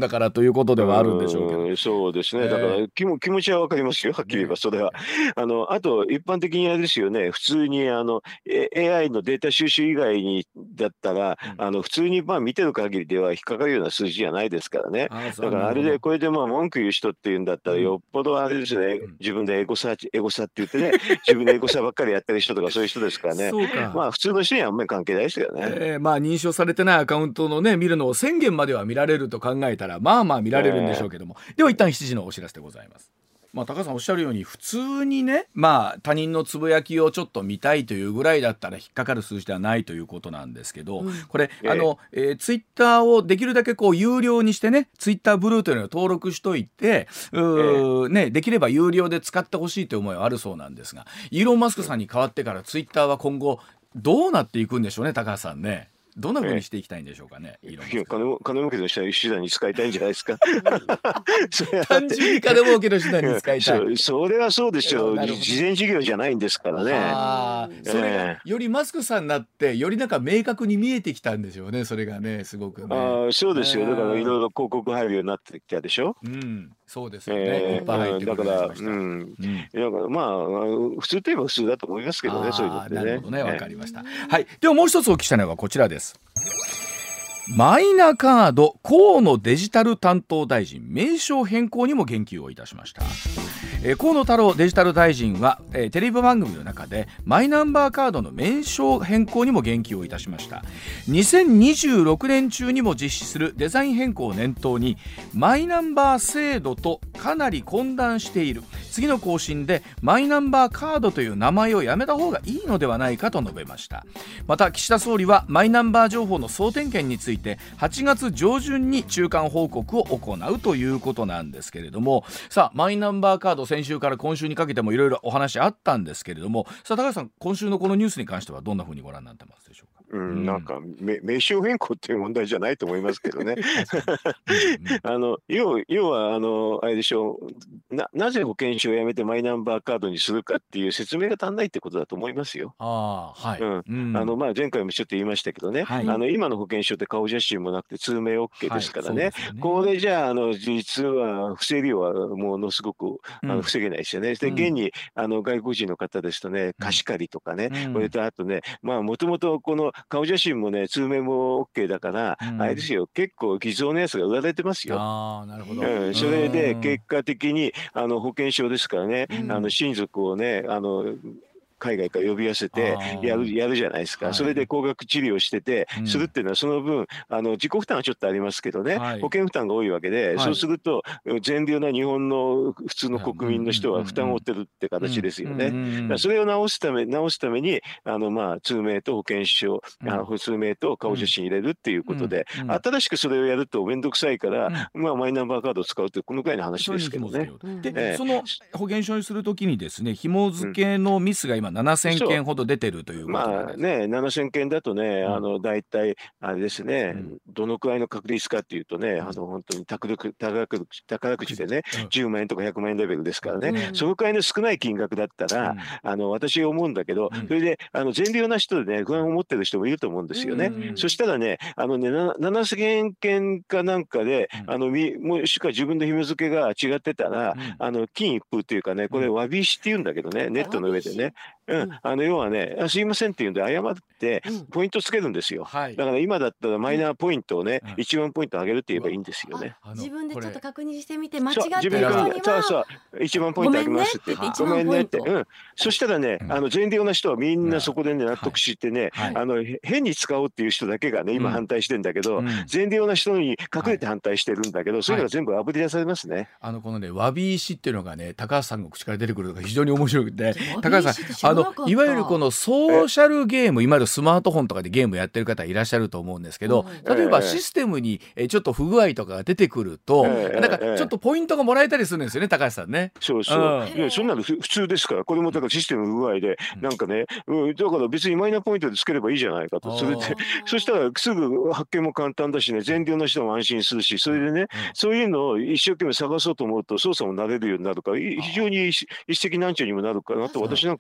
だからということではあるんでしょうけど。 うそうですね、だから気も気持ちは分かりますよ、はっきり言えばそれは。あのあと一般的にあれですよね、普通にあの エーアイ のデータ収集以外にだったら、うん、あの普通にまあ見てる限りでは引っかかるような数字じゃないですからね。だからあれでこれでまあ文句言う人っていうんだったら、よっぽどあれですね、うん、自分でエゴサエゴサって言ってね自分でエゴサばっかりやってる人とかそういう人ですからね。そうか、まあ普通の人にはあんまり関係ないですよね。 えー、まあ認証されてないアカウントのね見るのを宣言までは見られると考えたらまあまあ見られるんでしょうけども、えー、では一旦しちじのお知らせでございます。まあ、高橋さんおっしゃるように普通にね、まあ、他人のつぶやきをちょっと見たいというぐらいだったら引っかかる数字ではないということなんですけど、うん、これ、えーあのえー、ツイッターをできるだけこう有料にしてねツイッターブルーというのを登録しといてう、えーね、できれば有料で使ってほしいという思いはあるそうなんですが、イーロン・マスクさんに代わってからツイッターは今後どうなっていくんでしょうね、高橋さんね。どんな風にしていきたいんでしょうかね。 えー、いや金も金儲けの手段に使いたいんじゃないですか。 単純に金儲けの手段に使いたい。 そ, それはそうでしょう。慈善事業じゃないんですからね。 あそれがよりマスクさんになってよりなんか明確に見えてきたんでしょうね。それがねすごくね。 あそうですよ。だからいろいろ広告入るようになってきたでしょ。 うん、そうですよね。えー、いっぱい入ってくるようになりました。 だから、うん、だからまあ普通といえば普通だと思いますけどね。そういうのってね。 なるほどね、わかりました。はい。ではもう一つお聞きしたいのがこちらです。マイナカード河野デジタル担当大臣名称変更にも言及をいたしました。えー、河野太郎デジタル大臣は、えー、テレビ番組の中でマイナンバーカードの名称変更にも言及をいたしました。にせんにじゅうろくねん中にも実施するデザイン変更を念頭にマイナンバー制度とかなり混乱している、次の更新でマイナンバーカードという名前をやめた方がいいのではないかと述べました。また岸田総理はマイナンバー情報の総点検についてはちがつ上旬に中間報告を行うということなんですけれども、さあマイナンバーカード先週から今週にかけてもいろいろお話あったんですけれども、さあ高橋さん今週のこのニュースに関してはどんなふうにご覧になってますでしょうか。 うん、なんか名称変更っていう問題じゃないと思いますけどね。あの 要, 要はあのあれでしょう な, なぜ保険証をやめてマイナンバーカードにするかっていう説明が足んないってことだと思いますよ。 あ、はい、 うんうんあのまあ、前回もちょっと言いましたけどね、はい、あの今の保険証って顔写真もなくて通名 OK ですからね、はい、ねこれじゃあ、あの実は不正利用はものすごく、うん、あの防げないですよね。で現にあの外国人の方ですとね貸し借りとかね、うん、これとあとねもともとこの顔写真もね通名も OK だから、うん、あれですよ結構偽造のやつが売られてますよ。 あなるほど、 うん、それで結果的にあの保険証ですからね、うん、あの親族をねあの海外から呼び寄せてやる、やるじゃないですか、はい、それで高額治療してて、うん、するっていうのはその分あの自己負担はちょっとありますけどね、はい、保険負担が多いわけで、はい、そうすると善良な日本の普通の国民の人は負担を負ってるって形ですよね。それを直すため直すためにあの、まあ、通名と保険証、うん、あの通名と顔写真入れるっていうことで、うんうん、新しくそれをやると面倒くさいから、うんまあ、マイナンバーカードを使うってこのくらいの話ですけどね。 で、えー、その保険証にするときにですね紐付けのミスが今ななせんけんほど出てるということなんです。 まあね、ななせんけんだとね、うん、あの大体あれですね、うん、どのくらいの確率かっていうとね、うん、あの本当に宝く宝く宝くじでね、うん、じゅうまんえんとかひゃくまんえんレベルですからね、うん、そのくらいの少ない金額だったら、うん、あの私思うんだけど、うん、それであの善良な人でね不安を持ってる人もいると思うんですよね。うん、そしたらね、あのねななせんけんかなんかで、うん、あのもしくは自分の紐付けが違ってたら、うん、あの金一封っていうかね、これ詫び石って言うんだけどね、ネットの上でね。うん、あの要はねすいませんって言うんで謝ってポイントつけるんですよ、うんはい、だから今だったらマイナーポイントをね、うん、いちまんポイント上げるって言えばいいんですよね。 自分でちょっと確認してみて間違ってる人にはそうそういちまんポイント上げますってごめんねって、うん、そしたらね、うん、あの善良な人はみんなそこでね納得してね、はいはい、あの変に使おうっていう人だけがね今反対してんだけど、うん、善良な人に隠れて反対してるんだけど、はい、そういうのが全部あぶり出されますね。 あのこのね詫び石っていうのがね高橋さんの口から出てくるのが非常に面白くて、高橋さんあのいわゆるこのソーシャルゲーム、いわゆるスマートフォンとかでゲームやってる方いらっしゃると思うんですけど、例えばシステムにちょっと不具合とかが出てくると、なんかちょっとポイントがもらえたりするんですよね、高橋さんね。 そうそう、いやそんなの普通ですから、これもだからシステム不具合で、なんかね、うん、だから別にマイナポイントでつければいいじゃないかと。それでそしたらすぐ発見も簡単だしね、善良な人も安心するし、それでね、うん、そういうのを一生懸命探そうと思うと操作も慣れるようになるから、非常に一石何鳥にもなるかなと私なんか思いました。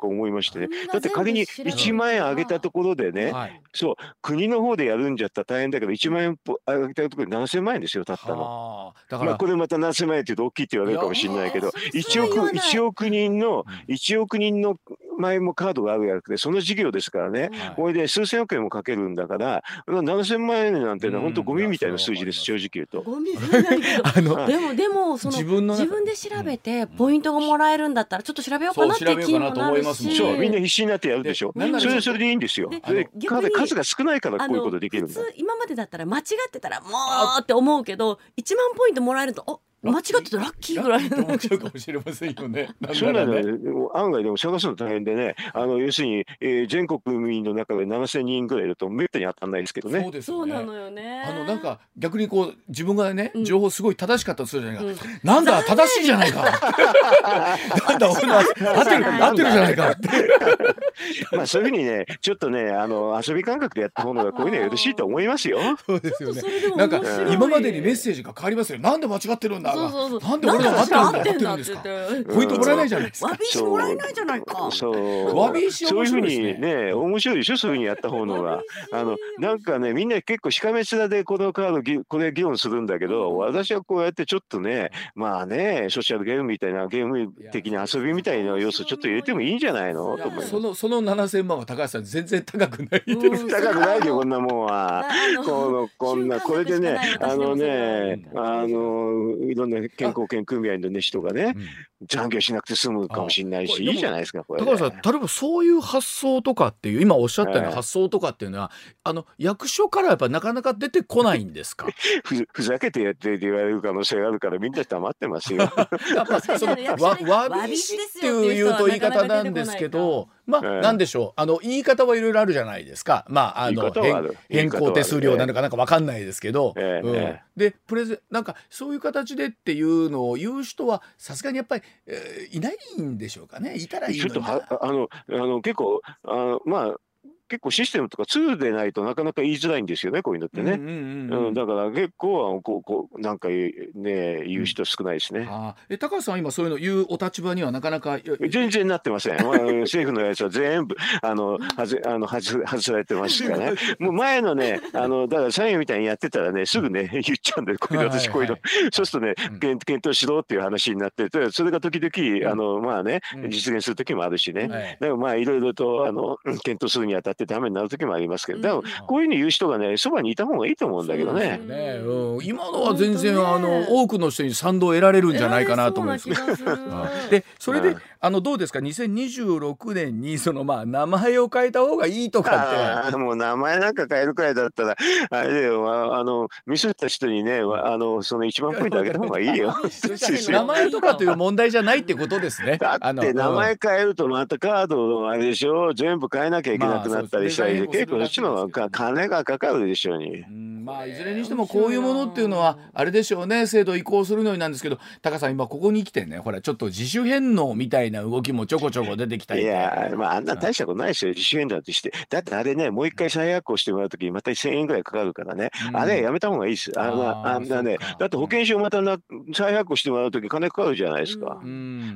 してね。だって仮にいちまんえんあげたところでね、はい、そう国の方でやるんじゃったら大変だけどいちまんえんあげたところでななせんまんえんですよ、たったの。だから、まあ、これまたななせんまんえんって言うと大きいって言われるかもしれないけど、いちおくいちおくにんのいちおくにんの前もカードがあるやつで、その事業ですからね、はい、これで数千億円もかけるんだから、ななせんまんえんなんてのは本当ゴミみたいな数字です、正直言うと。 ゴミじゃないけどあのでもでもその自分の自分で調べてポイントがもらえるんだったらちょっと調べようかなって気にもなるし、 そうみんな必死になってやるでしょ。それそれでいいんですよ。で数が少ないからこういうことできるんだ。 普通今までだったら間違ってたらもうって思うけど、いちまんポイントもらえるとお間違ってたらラッキーぐらい思っちゃうかもしれませんよね。 そうなんだよね。案外でも探すの大変でね、あの要するに、えー、全国民の中でななせんにんぐらいいるとめったに当たんないですけどね。 そうですよね。そうなのよね。 あのなんか逆にこう自分がね、うん、情報すごい正しかったとするじゃないか。うん、なんだ正しいじゃないか。なんだ俺の合ってる合ってるじゃないかって。 まあそういうふうにね、ちょっとねあの遊び感覚でやった方がこういうのよろしいと思いますよ。 そうですよね。なんか今までにメッセージが変わりますよ。なんで間違ってるんだ。そうそうそうなんで俺の合ってるんだ合ってるんですか。ポイントもらえないじゃないですか。 わび石もらえないじゃないか。 そうわび石面白いですね。 そういうふうにね面白いでしょ、そういうふうにやった方のが。あのなんかねみんな結構しかめ面でこのカードこれ議論するんだけど、うん、私はこうやってちょっとねまあねソーシャルゲームみたいなゲーム的な遊びみたいな要素ちょっと入れてもいいんじゃないのと思います。 そのそのななせんまんは高橋さん全然高くない。 高くないよこんなもんは。このこんなこれでねあのねあのいろんな健康健組合の、ね、人がね、うん、残業しなくて済むかもしれないしいいじゃないですかこれ、ね。 高橋さん例えばそういう発想とかっていう今おっしゃったような発想とかっていうのは、えー、あの役所からやっぱなかなか出てこないんですか。 ふ, ふざけてやってって言われる可能性があるからみんな黙ってますよ。 やっぱそのわわび石っていうと言い方なんですけど、まあ、えー、なんでしょうあの言い方はいろいろあるじゃないですか。まああの変更手数料なのかなんかわかんないですけど、えーうんえー、でプレゼなんかそういう形でっていうのを言う人はさすがにやっぱり、えー、いないんでしょうかね。いたらいいのにな。 ちょっとはあのあの結構あのまあ結構システムとかツールでないとなかなか言いづらいんですよねこういうのってね。だから結構こうこうなんかね言う人少ないですね。うん、 あえ高橋さん今そういうの言うお立場にはなかなか全然なってません。まあ、政府のやつは全部あの外あの外外されてますからね。もう前のねあのだから社員みたいにやってたらねすぐね言っちゃうんでこういうの私こういうのそうするとね、うん、検討しろっていう話になっててそれが時々あのまあね、うん、実現する時もあるしね。はい、だからまあいろいろとあの検討するにあたってダメになる時もありますけど、でもこういうの言う人がねそばにいた方がいいと思うんだけどね。 ねうん、今のは全然、ね、あの多くの人に賛同を得られるんじゃないかなと思います。えー、でそれで、うん、あのどうですかにせんにじゅうろくねんにそのまあ名前を変えた方がいいとかって。 あもう名前なんか変えるくらいだったらあれだよあのミスった人にねあのそのいちまんポイントあげた方がいいよ。 名前とかという問題じゃないってことですね。 だって名前変えるとまたカードあれでしょ全部変えなきゃいけなくなったりしたりで、まあ、結構そっちの金がかかるでしょうに。 うんまあいずれにしてもこういうものっていうのはあれでしょうね制度移行するのになんですけど高さん今ここに来てねほらちょっと自主返納みたいな動きもちょこちょこ出てきたり。 いやまああんな大したことないですよ自主返納ってしてだってあれねもう一回再発行してもらうときにまたせんえんぐらいかかるからね、うん、あれやめた方がいいです。あああんなねだって保険証またな再発行してもらうとき金かかるじゃないですか。うん、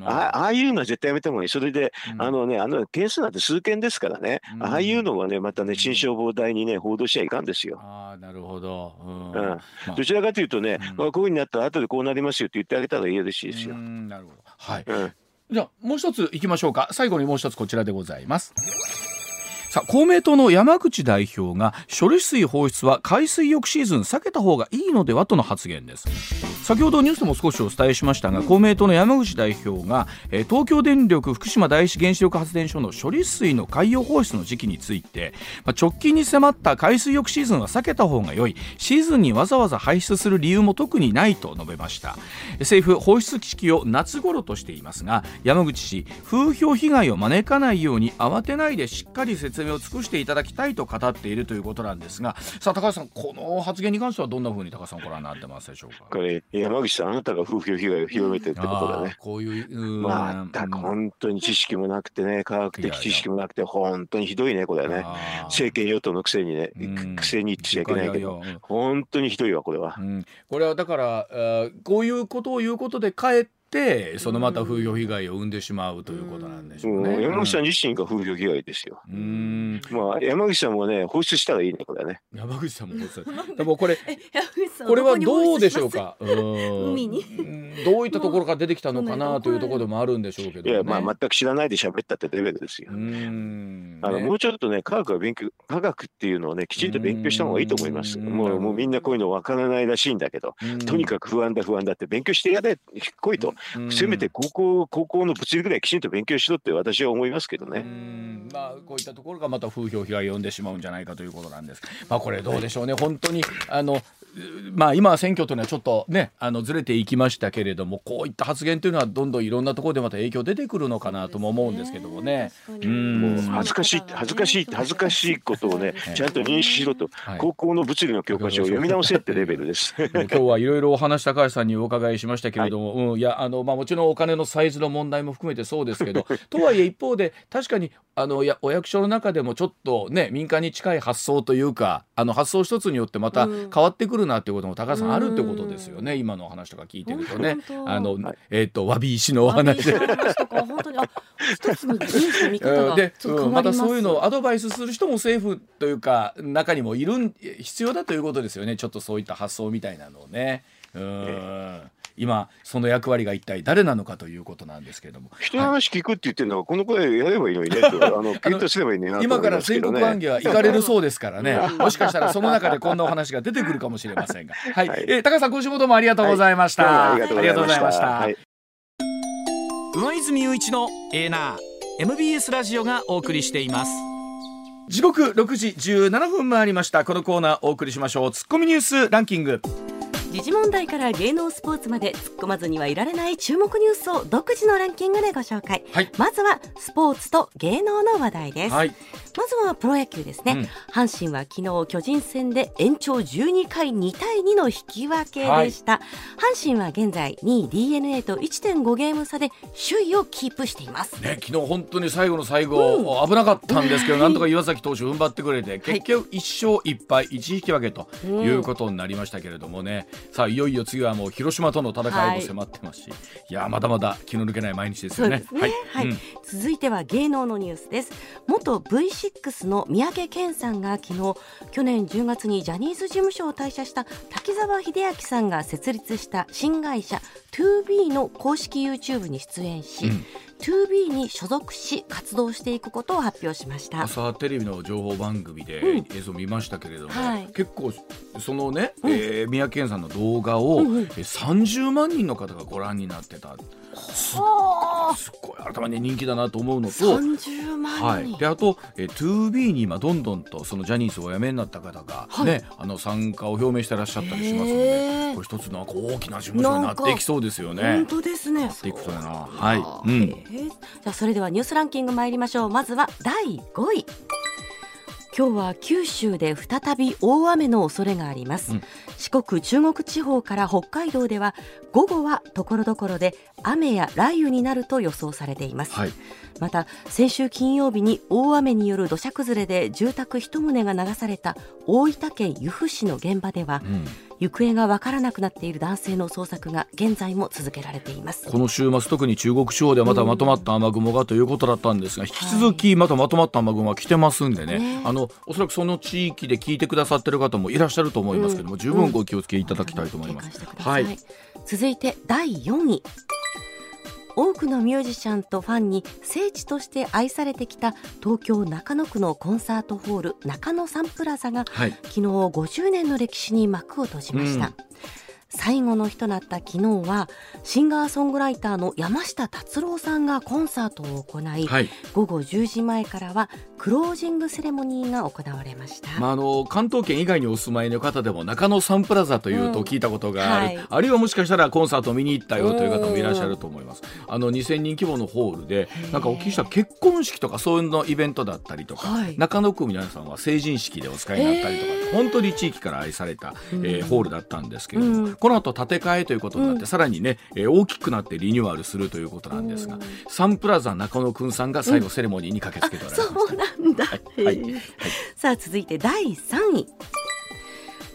あ, ああいうのは絶対やめた方がいい。それで、うん、あのねあの件数なんて数件ですからね、うん、ああいうのはねまたね新消防隊にね報道しちゃいかんですよ。 あなるほど、うんうんまあ、どちらかというとね、うんまあ、こういうふうになったら後でこうなりますよって言ってあげたらいいですしですよ。 うんなるほど、はいうん、じゃあもう一ついきましょうか。最後にもう一つこちらでございます。さあ公明党の山口代表が処理水放出は海水浴シーズン避けた方がいいのではとの発言です。先ほどニュースでも少しお伝えしましたが公明党の山口代表が、えー、東京電力福島第一原子力発電所の処理水の海洋放出の時期について、まあ、直近に迫った海水浴シーズンは避けた方が良いシーズンにわざわざ排出する理由も特にないと述べました。政府放出時期を夏頃としていますが山口氏風評被害を招かないように慌てないでしっかり説明を尽くしていただきたいと語っているということなんですがさあ高橋さんこの発言に関してはどんなふうに高橋さんご覧になってますでしょうか。 これ山口さんあなたが風評被害を広めてるってことだね。 こういうまた本当に知識もなくてね科学的知識もなくて本当にひどいねこれね。政権与党のくせにねくせに言ってちゃいけないけど本当にひどいわこれは、うん、 これはだからこういうことを言うことでかえってってそのまた風評被害を生んでしまうということなんでしょうね。 うん、山口さん自身が風評被害ですよ。うん、まあ山口さんもね放出したらいいねこれね。 山口さんも放出でもこれこれはどうでしょうか。海にどういったところから出てきたのかなというところでもあるんでしょうけど、ね、 いやまあ全く知らないで喋ったってレベルですよ。うん、あのもうちょっとね科学は勉強科学っていうのをねきちんと勉強した方がいいと思います。もうもうみんなこういうの分からないらしいんだけど、とにかく不安だ不安だって勉強してやれ来いと、せめて高校高校の物理ぐらいきちんと勉強しろって私は思いますけどね。 うんまあこういったところがまた風評被害を生んでしまうんじゃないかということなんです。まあこれどうでしょうね、はい、本当にあのまあ今は選挙というのはちょっとねあのずれていきましたけれども、こういった発言というのはどんどんいろんなところでまた影響出てくるのかなとも思うんですけどもね。 うん、もう恥ずかしい恥ずかしい恥ずかしいことをねちゃんと認識しろと、はい、高校の物理の教科書を読み直せってレベルです。 今日はいろいろお話高橋さんにお伺いしましたけれども、はいうん、いやあのまあもちろんお金のサイズの問題も含めてそうですけどとはいえ一方で確かにあのやお役所の中でもちょっとね民間に近い発想というかあの発想一つによってまた変わってくるなっていうことも高橋さんあるってことですよね。今のお話とか聞いてるとねあの、はい、えっ、ー、とわび石のお話で本当にあ一つのニュースの見方がで、うん、またそういうのをアドバイスする人も政府というか中にもいる必要だということですよね。ちょっとそういった発想みたいなのをねうん、えー今その役割が一体誰なのかということなんですけれども、 人の話聞くって言ってるのはこのくらいやればいいのにねとあの検討すればいいねなと思いますけどね。 今から全国暗記は行かれるそうですからねもしかしたらその中でこんなお話が出てくるかもしれませんがはい、はいえー、高橋さん今週もどうもありがとうございました、 はい、ありがとうございました、はい、 上泉雄一のエーナー エムビーエス ラジオがお送りしています。時刻ろくじじゅうななふん回りました。このコーナーお送りしましょう。ツッコミニュースランキング。 時事問題から芸能スポーツまで突っ込まずにはいられない注目ニュースを独自のランキングでご紹介、はい、まずはスポーツと芸能の話題です、はい、まずはプロ野球ですね、うん、阪神は昨日巨人戦で延長じゅうにかいにたいにの引き分けでした、はい、阪神は現在にい ディーエヌエー と いってんご ゲーム差で首位をキープしています、 ね、昨日本当に最後の最後、うん、危なかったんですけど、なんとか岩崎投手踏ん張ってくれて、結局いっしょういっぱいいち引き分けということになりましたけれどもね、うん、さあいよいよ次はもう広島との戦いも迫ってますし、はい、いやまだまだ気の抜けない毎日ですよね。 そうですね、はいはいうん、続いては芸能のニュースです。元 ブイシックス の三宅健さんが昨日去年じゅうがつにジャニーズ事務所を退社した滝沢秀明さんが設立した新会社 ツービー の公式 YouTube に出演し、うんツービー に所属し活動していくことを発表しました。 朝テレビの情報番組で映像見ましたけれども、うんはい、結構そのね、うんえー、三宅健さんの動画を、うんうん、さんじゅうまんにんの方がご覧になってた。すっごい改めて人気だなと思うのとさんじゅうまんにん、はい、 であとえ ツービー に今どんどんとそのジャニーズをお辞めになった方が、はいね、あの参加を表明してらっしゃったりしますので、これ一つの大きな事務所になっていきそうですよね。 本当ですね。 なっていくそうやな。はい、うん、 じゃあそれではニュースランキング参りましょう。まずはだいごい。今日は九州で再び大雨の恐れがあります、うん、四国中国地方から北海道では午後は所々で雨や雷雨になると予想されています、はい、また先週金曜日に大雨による土砂崩れで住宅いちとうが流された大分県由布市の現場では、うん行方が分からなくなっている男性の捜索が現在も続けられています。 この週末特に中国地方ではまたまとまった雨雲がということだったんですが、引き続きまたまとまった雨雲が来てますんでね、ねあのおそらくその地域で聞いてくださってる方もいらっしゃると思いますけども、うん、十分ご気をつけいただきたいと思います、 うんはい、続いてだいよんい。多くのミュージシャンとファンに聖地として愛されてきた東京中野区のコンサートホール中野サンプラザが、はい、昨日ごじゅうねんの歴史に幕を閉じました、うん最後の日となった昨日はシンガーソングライターの山下達郎さんがコンサートを行い、はい、午後じゅうじまえからはクロージングセレモニーが行われました、 まあ、あの関東圏以外にお住まいの方でも中野サンプラザというと聞いたことがある、うんはい、あるいはもしかしたらコンサートを見に行ったよという方もいらっしゃると思います。あのにせんにん規模のホールでなんかお聞きした結婚式とかそういうのイベントだったりとか、はい、中野区皆さんは成人式でお使いになったりとか本当に地域から愛された、えー、ホールだったんですけれども、うん、この後建て替えということになって、うん、さらにね、えー、大きくなってリニューアルするということなんですが、うん、サンプラザ中野くんさんが最後セレモニーに駆けつけておられました、 うん、そうなんだ、はいはいはい、さあ続いてだいさんい。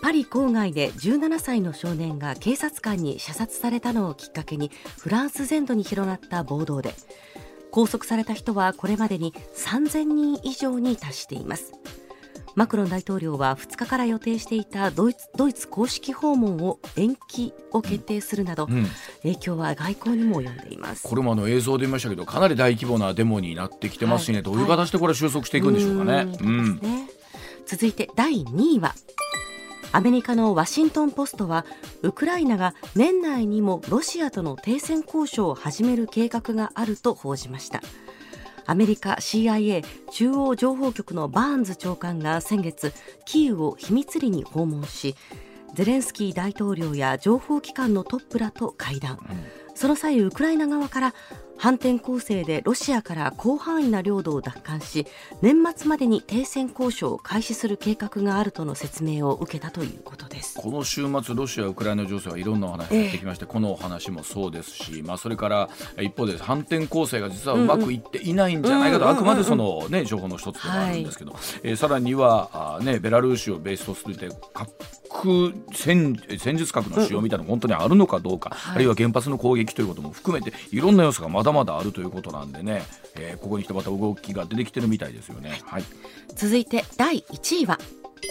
パリ郊外でじゅうななさいの少年が警察官に射殺されたのをきっかけにフランス全土に広がった暴動で、拘束された人はこれまでにさんぜんにん以上に達しています。マクロン大統領はふつかから予定していたドイツ、ドイツ公式訪問を延期を決定するなど、うん、影響は外交にも及んでいます。 これもあの映像で見ましたけど、かなり大規模なデモになってきてますしね、はい、どういう形でこれ収束していくんでしょうかね。うんうんね、続いてだいにいは、アメリカのワシントンポストは、ウクライナが年内にもロシアとの停戦交渉を始める計画があると報じました。アメリカ シーアイエー 中央情報局のバーンズ長官が先月、キーウを秘密裏に訪問し、ゼレンスキー大統領や情報機関のトップらと会談、うん、その際ウクライナ側から反転攻勢でロシアから広範囲な領土を奪還し、年末までに停戦交渉を開始する計画があるとの説明を受けたということです。 この週末ロシア・ウクライナ情勢はいろんなお話が出てきまして、えー、このお話もそうですし、まあ、それから一方で反転攻勢が実はうまくいっていないんじゃないかと、うんうん、あくまでその、ね、情報の一つではあるんですけど、はい、えー、さらにはあ、ね、ベラルーシをベースとする核戦, 戦術核の使用みたいなのが本当にあるのかどうか、うん、あるいは原発の攻撃ということも含めていろんな要素がまだまだあるということなんでね、えー、ここに来てまた動きが出てきてるみたいですよね。はい、 続いてだいいちいは、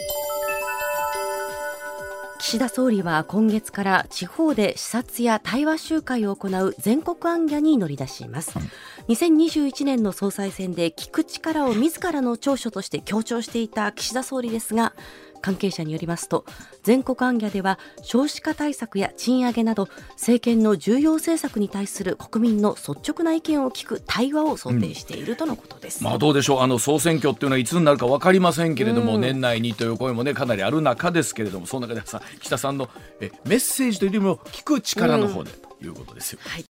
岸田総理は今月から地方で視察や対話集会を行う全国行脚に乗り出します。うん、にせんにじゅういちねんの総裁選で聞く力を自らの長所として強調していた岸田総理ですが、関係者によりますと、全国行脚では少子化対策や賃上げなど政権の重要政策に対する国民の率直な意見を聞く対話を想定しているとのことです。 うん、まあ、どうでしょう、あの総選挙っていうのはいつになるか分かりませんけれども、うん、年内にという声も、ね、かなりある中ですけれども、その中でさ、岸田さんのえメッセージというよりも聞く力の方で、うん、ということですよ。はい。